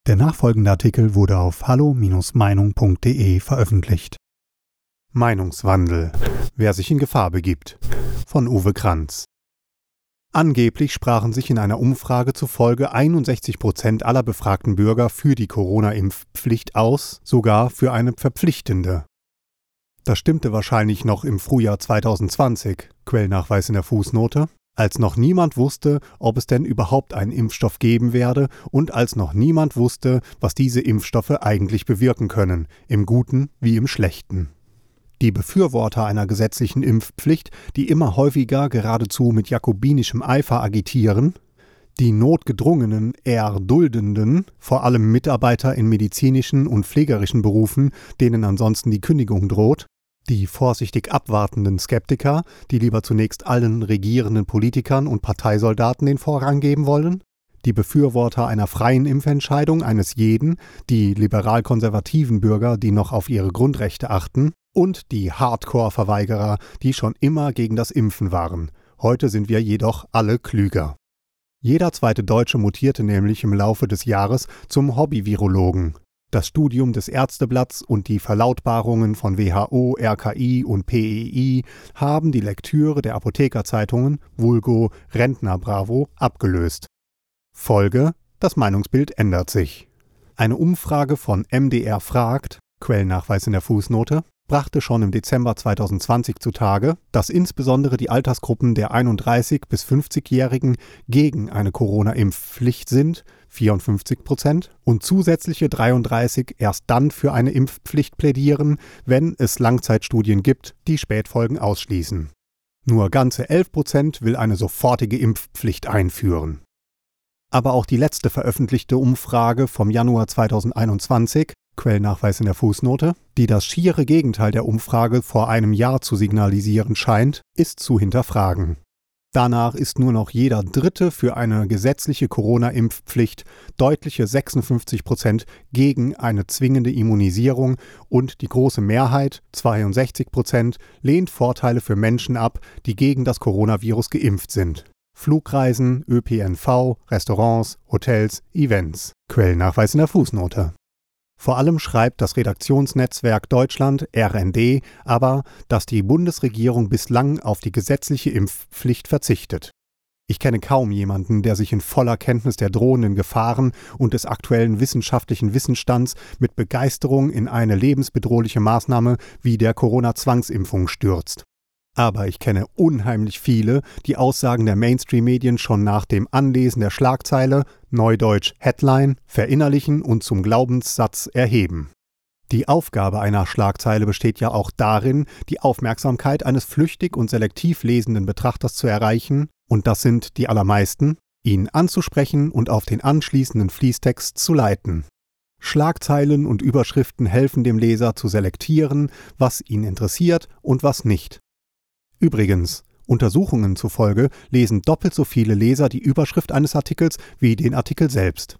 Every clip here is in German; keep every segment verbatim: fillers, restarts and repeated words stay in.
Der nachfolgende Artikel wurde auf hallo Bindestrich meinung punkt de veröffentlicht. Meinungswandel. Wer sich in Gefahr begibt. Von Uwe Kranz. Angeblich sprachen sich in einer Umfrage zufolge einundsechzig Prozent aller befragten Bürger für die Corona-Impfpflicht aus, sogar für eine verpflichtende. Das stimmte wahrscheinlich noch im Frühjahr zweitausendzwanzig, Quellnachweis in der Fußnote, als noch niemand wusste, ob es denn überhaupt einen Impfstoff geben werde und als noch niemand wusste, was diese Impfstoffe eigentlich bewirken können, im Guten wie im Schlechten. Die Befürworter einer gesetzlichen Impfpflicht, die immer häufiger geradezu mit jakobinischem Eifer agitieren, die notgedrungenen, eher duldenden, vor allem Mitarbeiter in medizinischen und pflegerischen Berufen, denen ansonsten die Kündigung droht, die vorsichtig abwartenden Skeptiker, die lieber zunächst allen regierenden Politikern und Parteisoldaten den Vorrang geben wollen, die Befürworter einer freien Impfentscheidung eines jeden, die liberal-konservativen Bürger, die noch auf ihre Grundrechte achten, und die Hardcore-Verweigerer, die schon immer gegen das Impfen waren. Heute sind wir jedoch alle klüger. Jeder zweite Deutsche mutierte nämlich im Laufe des Jahres zum Hobby-Virologen. Das Studium des Ärzteblatts und die Verlautbarungen von W H O, R K I und P E I haben die Lektüre der Apothekerzeitungen, vulgo Rentner Bravo, abgelöst. Folge: Das Meinungsbild ändert sich. Eine Umfrage von M D R fragt, Quellnachweis in der Fußnote, brachte schon im Dezember zweitausendzwanzig zutage, dass insbesondere die Altersgruppen der einunddreißig- bis fünfzigjährigen gegen eine Corona-Impfpflicht sind, vierundfünfzig Prozent, und zusätzliche dreiunddreißig erst dann für eine Impfpflicht plädieren, wenn es Langzeitstudien gibt, die Spätfolgen ausschließen. Nur ganze elf Prozent will eine sofortige Impfpflicht einführen. Aber auch die letzte veröffentlichte Umfrage vom Januar zweitausendeinundzwanzig, Quellnachweis in der Fußnote, die das schiere Gegenteil der Umfrage vor einem Jahr zu signalisieren scheint, ist zu hinterfragen. Danach ist nur noch jeder Dritte für eine gesetzliche Corona-Impfpflicht, deutliche sechsundfünfzig Prozent gegen eine zwingende Immunisierung und die große Mehrheit, zweiundsechzig Prozent, lehnt Vorteile für Menschen ab, die gegen das Coronavirus geimpft sind. Flugreisen, Ö P N V, Restaurants, Hotels, Events. Quellnachweis in der Fußnote. Vor allem schreibt das Redaktionsnetzwerk Deutschland, R N D, aber, dass die Bundesregierung bislang auf die gesetzliche Impfpflicht verzichtet. Ich kenne kaum jemanden, der sich in voller Kenntnis der drohenden Gefahren und des aktuellen wissenschaftlichen Wissensstands mit Begeisterung in eine lebensbedrohliche Maßnahme wie der Corona-Zwangsimpfung stürzt. Aber ich kenne unheimlich viele, die Aussagen der Mainstream-Medien schon nach dem Anlesen der Schlagzeile, neudeutsch Headline, verinnerlichen und zum Glaubenssatz erheben. Die Aufgabe einer Schlagzeile besteht ja auch darin, die Aufmerksamkeit eines flüchtig und selektiv lesenden Betrachters zu erreichen, und das sind die allermeisten, ihn anzusprechen und auf den anschließenden Fließtext zu leiten. Schlagzeilen und Überschriften helfen dem Leser zu selektieren, was ihn interessiert und was nicht. Übrigens, Untersuchungen zufolge lesen doppelt so viele Leser die Überschrift eines Artikels wie den Artikel selbst.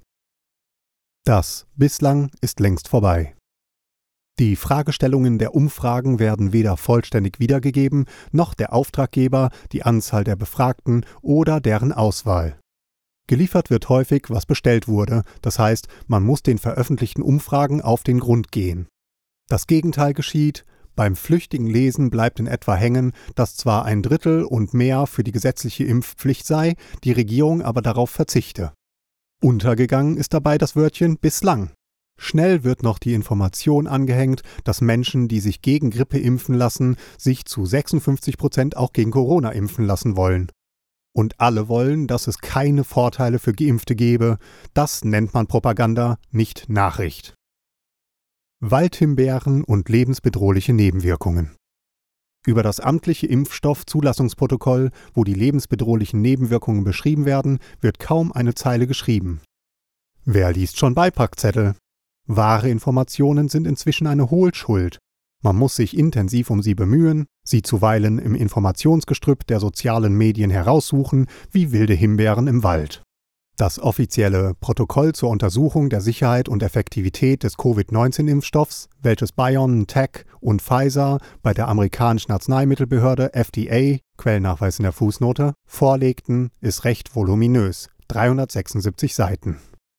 Das bislang ist längst vorbei. Die Fragestellungen der Umfragen werden weder vollständig wiedergegeben, noch der Auftraggeber, die Anzahl der Befragten oder deren Auswahl. Geliefert wird häufig, was bestellt wurde, das heißt, man muss den veröffentlichten Umfragen auf den Grund gehen. Das Gegenteil geschieht. Beim flüchtigen Lesen bleibt in etwa hängen, dass zwar ein Drittel und mehr für die gesetzliche Impfpflicht sei, die Regierung aber darauf verzichte. Untergegangen ist dabei das Wörtchen bislang. Schnell wird noch die Information angehängt, dass Menschen, die sich gegen Grippe impfen lassen, sich zu sechsundfünfzig Prozent auch gegen Corona impfen lassen wollen. Und alle wollen, dass es keine Vorteile für Geimpfte gebe. Das nennt man Propaganda, nicht Nachricht. Waldhimbeeren und lebensbedrohliche Nebenwirkungen. Über das amtliche Impfstoffzulassungsprotokoll, wo die lebensbedrohlichen Nebenwirkungen beschrieben werden, wird kaum eine Zeile geschrieben. Wer liest schon Beipackzettel? Wahre Informationen sind inzwischen eine Hohlschuld. Man muss sich intensiv um sie bemühen, sie zuweilen im Informationsgestrüpp der sozialen Medien heraussuchen, wie wilde Himbeeren im Wald. Das offizielle Protokoll zur Untersuchung der Sicherheit und Effektivität des Covid neunzehn Impfstoffs, welches BioNTech und Pfizer bei der amerikanischen Arzneimittelbehörde F D A, Quellnachweis in der Fußnote, vorlegten, ist recht voluminös, dreihundertsechsundsiebzig Seiten.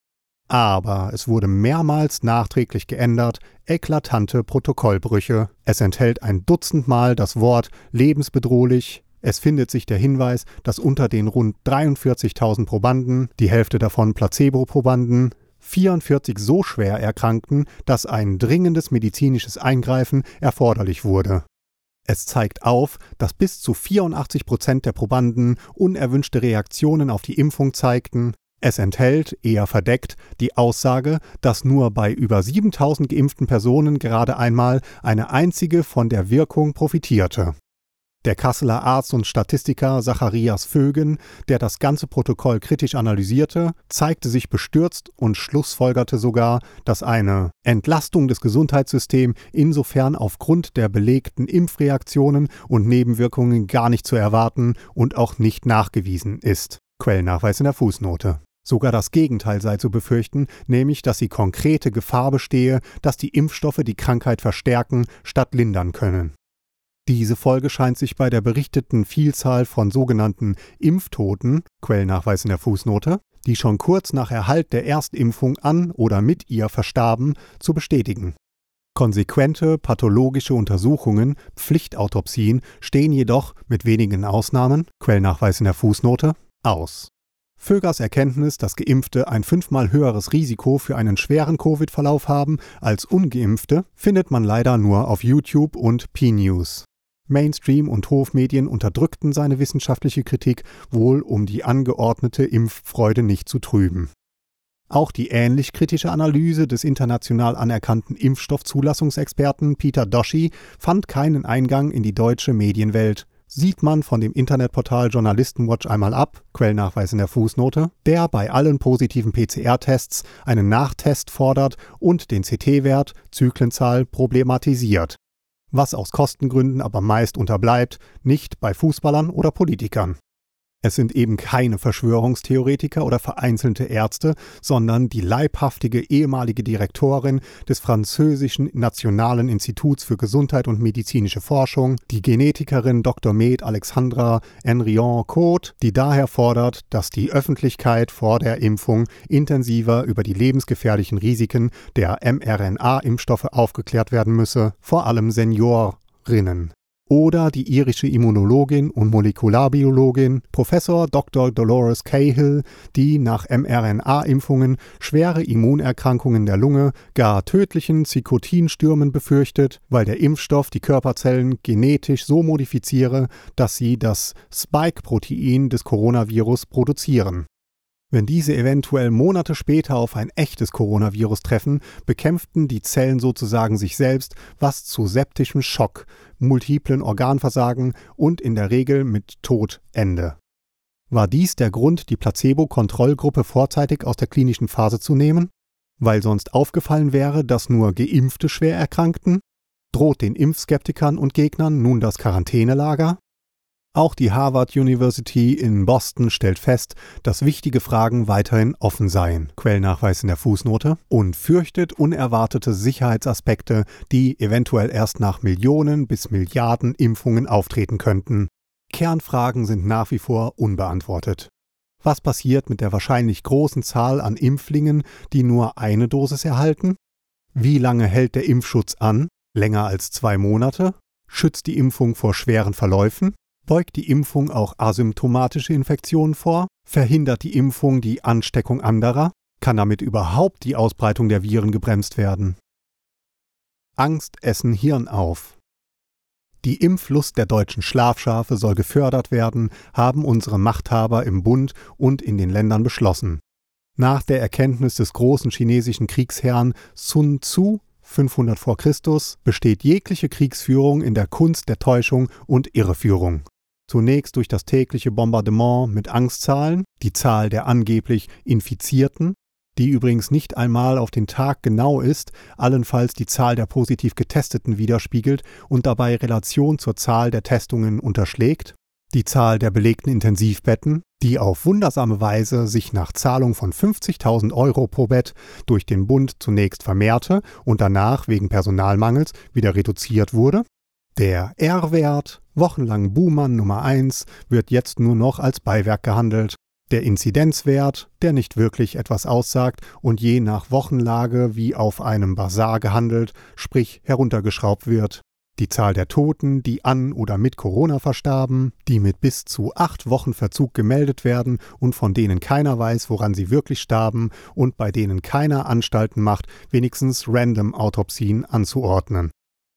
Aber es wurde mehrmals nachträglich geändert, eklatante Protokollbrüche. Es enthält ein Dutzendmal das Wort lebensbedrohlich. Es findet sich der Hinweis, dass unter den rund dreiundvierzigtausend Probanden, die Hälfte davon Placebo-Probanden, vierundvierzig so schwer erkrankten, dass ein dringendes medizinisches Eingreifen erforderlich wurde. Es zeigt auf, dass bis zu vierundachtzig Prozent der Probanden unerwünschte Reaktionen auf die Impfung zeigten. Es enthält, eher verdeckt, die Aussage, dass nur bei über siebentausend geimpften Personen gerade einmal eine einzige von der Wirkung profitierte. Der Kasseler Arzt und Statistiker Zacharias Vögen, der das ganze Protokoll kritisch analysierte, zeigte sich bestürzt und schlussfolgerte sogar, dass eine Entlastung des Gesundheitssystems insofern aufgrund der belegten Impfreaktionen und Nebenwirkungen gar nicht zu erwarten und auch nicht nachgewiesen ist. Quellennachweis in der Fußnote. Sogar das Gegenteil sei zu befürchten, nämlich dass die konkrete Gefahr bestehe, dass die Impfstoffe die Krankheit verstärken statt lindern können. Diese Folge scheint sich bei der berichteten Vielzahl von sogenannten Impftoten, Quellennachweis in der Fußnote, die schon kurz nach Erhalt der Erstimpfung an oder mit ihr verstarben, zu bestätigen. Konsequente pathologische Untersuchungen, Pflichtautopsien, stehen jedoch, mit wenigen Ausnahmen, Quellennachweis in der Fußnote, aus. Vögers Erkenntnis, dass Geimpfte ein fünfmal höheres Risiko für einen schweren Covid-Verlauf haben als Ungeimpfte, findet man leider nur auf YouTube und P-News. Mainstream- und Hofmedien unterdrückten seine wissenschaftliche Kritik, wohl um die angeordnete Impffreude nicht zu trüben. Auch die ähnlich kritische Analyse des international anerkannten Impfstoffzulassungsexperten Peter Doshi fand keinen Eingang in die deutsche Medienwelt. Sieht man von dem Internetportal Journalistenwatch einmal ab, Quellennachweis in der Fußnote, der bei allen positiven P C R-Tests einen Nachtest fordert und den C T-Wert, Zyklenzahl, problematisiert. Was aus Kostengründen aber meist unterbleibt, nicht bei Fußballern oder Politikern. Es sind eben keine Verschwörungstheoretiker oder vereinzelte Ärzte, sondern die leibhaftige ehemalige Direktorin des französischen Nationalen Instituts für Gesundheit und medizinische Forschung, die Genetikerin Doktor Med Alexandra Henrion-Cote, die daher fordert, dass die Öffentlichkeit vor der Impfung intensiver über die lebensgefährlichen Risiken der mRNA-Impfstoffe aufgeklärt werden müsse, vor allem Seniorinnen. Oder die irische Immunologin und Molekularbiologin Professor Doktor Dolores Cahill, die nach mRNA-Impfungen schwere Immunerkrankungen der Lunge, gar tödlichen Zytokinstürmen befürchtet, weil der Impfstoff die Körperzellen genetisch so modifiziere, dass sie das Spike-Protein des Coronavirus produzieren. Wenn diese eventuell Monate später auf ein echtes Coronavirus treffen, bekämpften die Zellen sozusagen sich selbst, was zu septischem Schock, multiplen Organversagen und in der Regel mit Tod ende. War dies der Grund, die Placebo-Kontrollgruppe vorzeitig aus der klinischen Phase zu nehmen? Weil sonst aufgefallen wäre, dass nur Geimpfte schwer erkrankten? Droht den Impfskeptikern und Gegnern nun das Quarantänelager? Auch die Harvard University in Boston stellt fest, dass wichtige Fragen weiterhin offen seien, Quellennachweis in der Fußnote, und fürchtet unerwartete Sicherheitsaspekte, die eventuell erst nach Millionen bis Milliarden Impfungen auftreten könnten. Kernfragen sind nach wie vor unbeantwortet. Was passiert mit der wahrscheinlich großen Zahl an Impflingen, die nur eine Dosis erhalten? Wie lange hält der Impfschutz an? Länger als zwei Monate? Schützt die Impfung vor schweren Verläufen? Beugt die Impfung auch asymptomatische Infektionen vor? Verhindert die Impfung die Ansteckung anderer? Kann damit überhaupt die Ausbreitung der Viren gebremst werden? Angst essen Hirn auf. Die Impflust der deutschen Schlafschafe soll gefördert werden, haben unsere Machthaber im Bund und in den Ländern beschlossen. Nach der Erkenntnis des großen chinesischen Kriegsherrn Sun Tzu fünfhundert vor Christus besteht jegliche Kriegsführung in der Kunst der Täuschung und Irreführung. Zunächst durch das tägliche Bombardement mit Angstzahlen, die Zahl der angeblich Infizierten, die übrigens nicht einmal auf den Tag genau ist, allenfalls die Zahl der positiv Getesteten widerspiegelt und dabei Relation zur Zahl der Testungen unterschlägt, die Zahl der belegten Intensivbetten, die auf wundersame Weise sich nach Zahlung von fünfzigtausend Euro pro Bett durch den Bund zunächst vermehrte und danach wegen Personalmangels wieder reduziert wurde. Der R-Wert, wochenlang Buhmann Nummer eins, wird jetzt nur noch als Beiwerk gehandelt. der Inzidenzwert, der nicht wirklich etwas aussagt und je nach Wochenlage wie auf einem Basar gehandelt, sprich heruntergeschraubt wird. Die Zahl der Toten, die an oder mit Corona verstarben, die mit bis zu acht Wochen Verzug gemeldet werden und von denen keiner weiß, woran sie wirklich starben und bei denen keiner Anstalten macht, wenigstens Random-Autopsien anzuordnen.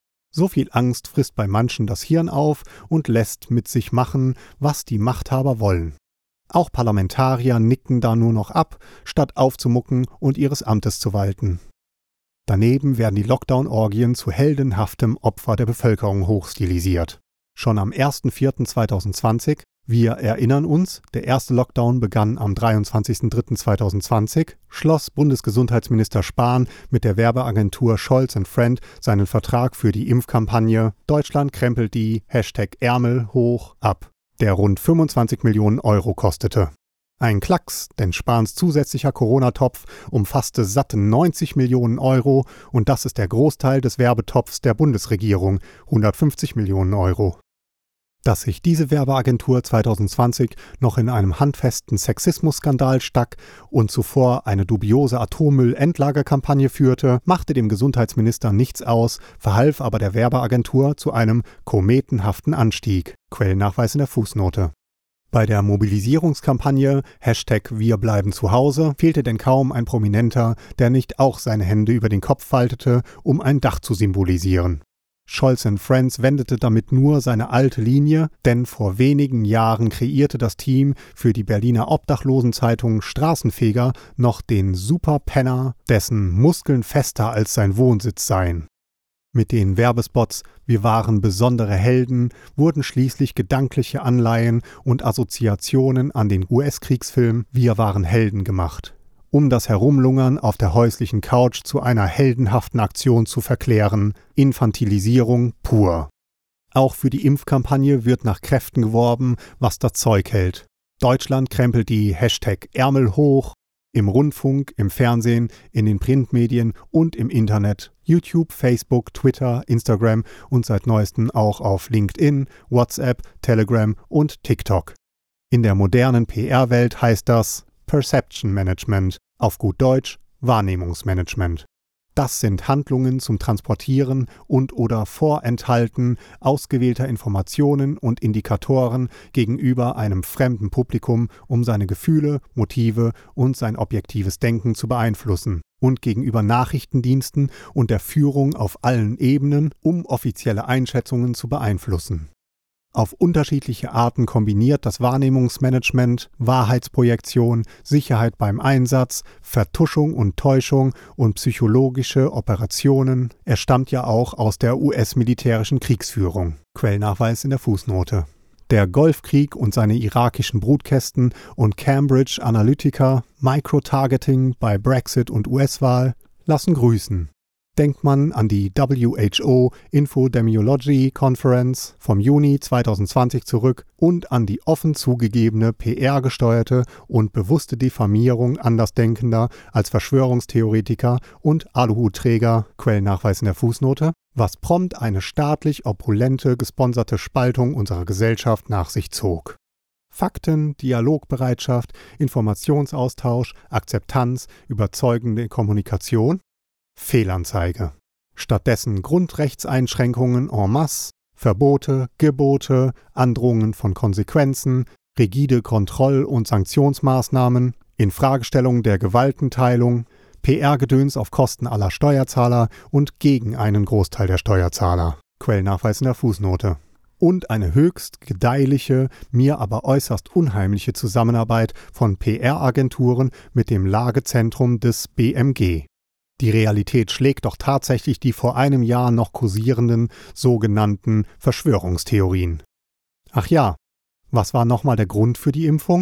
So viel Angst frisst bei manchen das Hirn auf und lässt mit sich machen, was die Machthaber wollen. Auch Parlamentarier nicken da nur noch ab, statt aufzumucken und ihres Amtes zu walten. Daneben werden die Lockdown-Orgien zu heldenhaftem Opfer der Bevölkerung hochstilisiert. Schon am erster vierter zweitausendzwanzig, wir erinnern uns, der erste Lockdown begann am dreiundzwanzigster dritter zweitausendzwanzig, schloss Bundesgesundheitsminister Spahn mit der Werbeagentur Scholz and Friend seinen Vertrag für die Impfkampagne Deutschland krempelt die Hashtag Ärmel hoch ab, der rund fünfundzwanzig Millionen Euro kostete. Ein Klacks, denn Spahns zusätzlicher Corona-Topf umfasste satte neunzig Millionen Euro und das ist der Großteil des Werbetopfs der Bundesregierung, hundertfünfzig Millionen Euro. Dass sich diese Werbeagentur zweitausendzwanzig noch in einem handfesten Sexismus-Skandal stak und zuvor eine dubiose Atommüll-Endlagerkampagne führte, machte dem Gesundheitsminister nichts aus, verhalf aber der Werbeagentur zu einem kometenhaften Anstieg. Quellennachweis in der Fußnote. Bei der Mobilisierungskampagne Hashtag Wir bleiben zu Hause fehlte denn kaum ein Prominenter, der nicht auch seine Hände über den Kopf faltete, um ein Dach zu symbolisieren. Scholz and Friends wendete damit nur seine alte Linie, denn vor wenigen Jahren kreierte das Team für die Berliner Obdachlosenzeitung Straßenfeger noch den Superpenner, dessen Muskeln fester als sein Wohnsitz seien. Mit den Werbespots Wir waren besondere Helden wurden schließlich gedankliche Anleihen und Assoziationen an den U S-Kriegsfilm Wir waren Helden gemacht, um das Herumlungern auf der häuslichen Couch zu einer heldenhaften Aktion zu verklären, Infantilisierung pur. Auch für die Impfkampagne wird nach Kräften geworben, was das Zeug hält. Deutschland krempelt die Hashtag Ärmel hoch, im Rundfunk, im Fernsehen, in den Printmedien und im Internet, YouTube, Facebook, Twitter, Instagram und seit neuestem auch auf LinkedIn, WhatsApp, Telegram und TikTok. In der modernen P R-Welt heißt das Perception Management, auf gut Deutsch Wahrnehmungsmanagement. Das sind Handlungen zum Transportieren und oder Vorenthalten ausgewählter Informationen und Indikatoren gegenüber einem fremden Publikum, um seine Gefühle, Motive und sein objektives Denken zu beeinflussen und gegenüber Nachrichtendiensten und der Führung auf allen Ebenen, um offizielle Einschätzungen zu beeinflussen. Auf unterschiedliche Arten kombiniert das Wahrnehmungsmanagement, Wahrheitsprojektion, Sicherheit beim Einsatz, Vertuschung und Täuschung und psychologische Operationen. Er stammt ja auch aus der U S-militärischen Kriegsführung. Quellnachweis in der Fußnote. Der Golfkrieg und seine irakischen Brutkästen und Cambridge Analytica, Microtargeting bei Brexit und U S-Wahl lassen grüßen. Denkt man an die W H O Infodemiology Conference vom Juni zweitausendzwanzig zurück und an die offen zugegebene P R-gesteuerte und bewusste Diffamierung Andersdenkender als Verschwörungstheoretiker und Aluhutträger, Quellennachweis in der Fußnote, was prompt eine staatlich opulente, gesponserte Spaltung unserer Gesellschaft nach sich zog. Fakten, Dialogbereitschaft, Informationsaustausch, Akzeptanz, überzeugende Kommunikation? Fehlanzeige. Stattdessen Grundrechtseinschränkungen en masse, Verbote, Gebote, Androhungen von Konsequenzen, rigide Kontroll- und Sanktionsmaßnahmen, Infragestellung der Gewaltenteilung, P R-Gedöns auf Kosten aller Steuerzahler und gegen einen Großteil der Steuerzahler. Quellennachweis in der Fußnote. Und eine höchst gedeihliche, mir aber äußerst unheimliche Zusammenarbeit von P R-Agenturen mit dem Lagezentrum des B M G. Die Realität schlägt doch tatsächlich die vor einem Jahr noch kursierenden sogenannten Verschwörungstheorien. Ach ja, was war nochmal der Grund für die Impfung?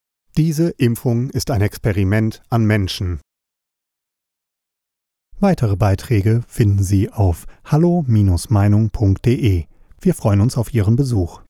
Diese Impfung ist ein Experiment an Menschen. Weitere Beiträge finden Sie auf hallo Bindestrich meinung Punkt de. Wir freuen uns auf Ihren Besuch.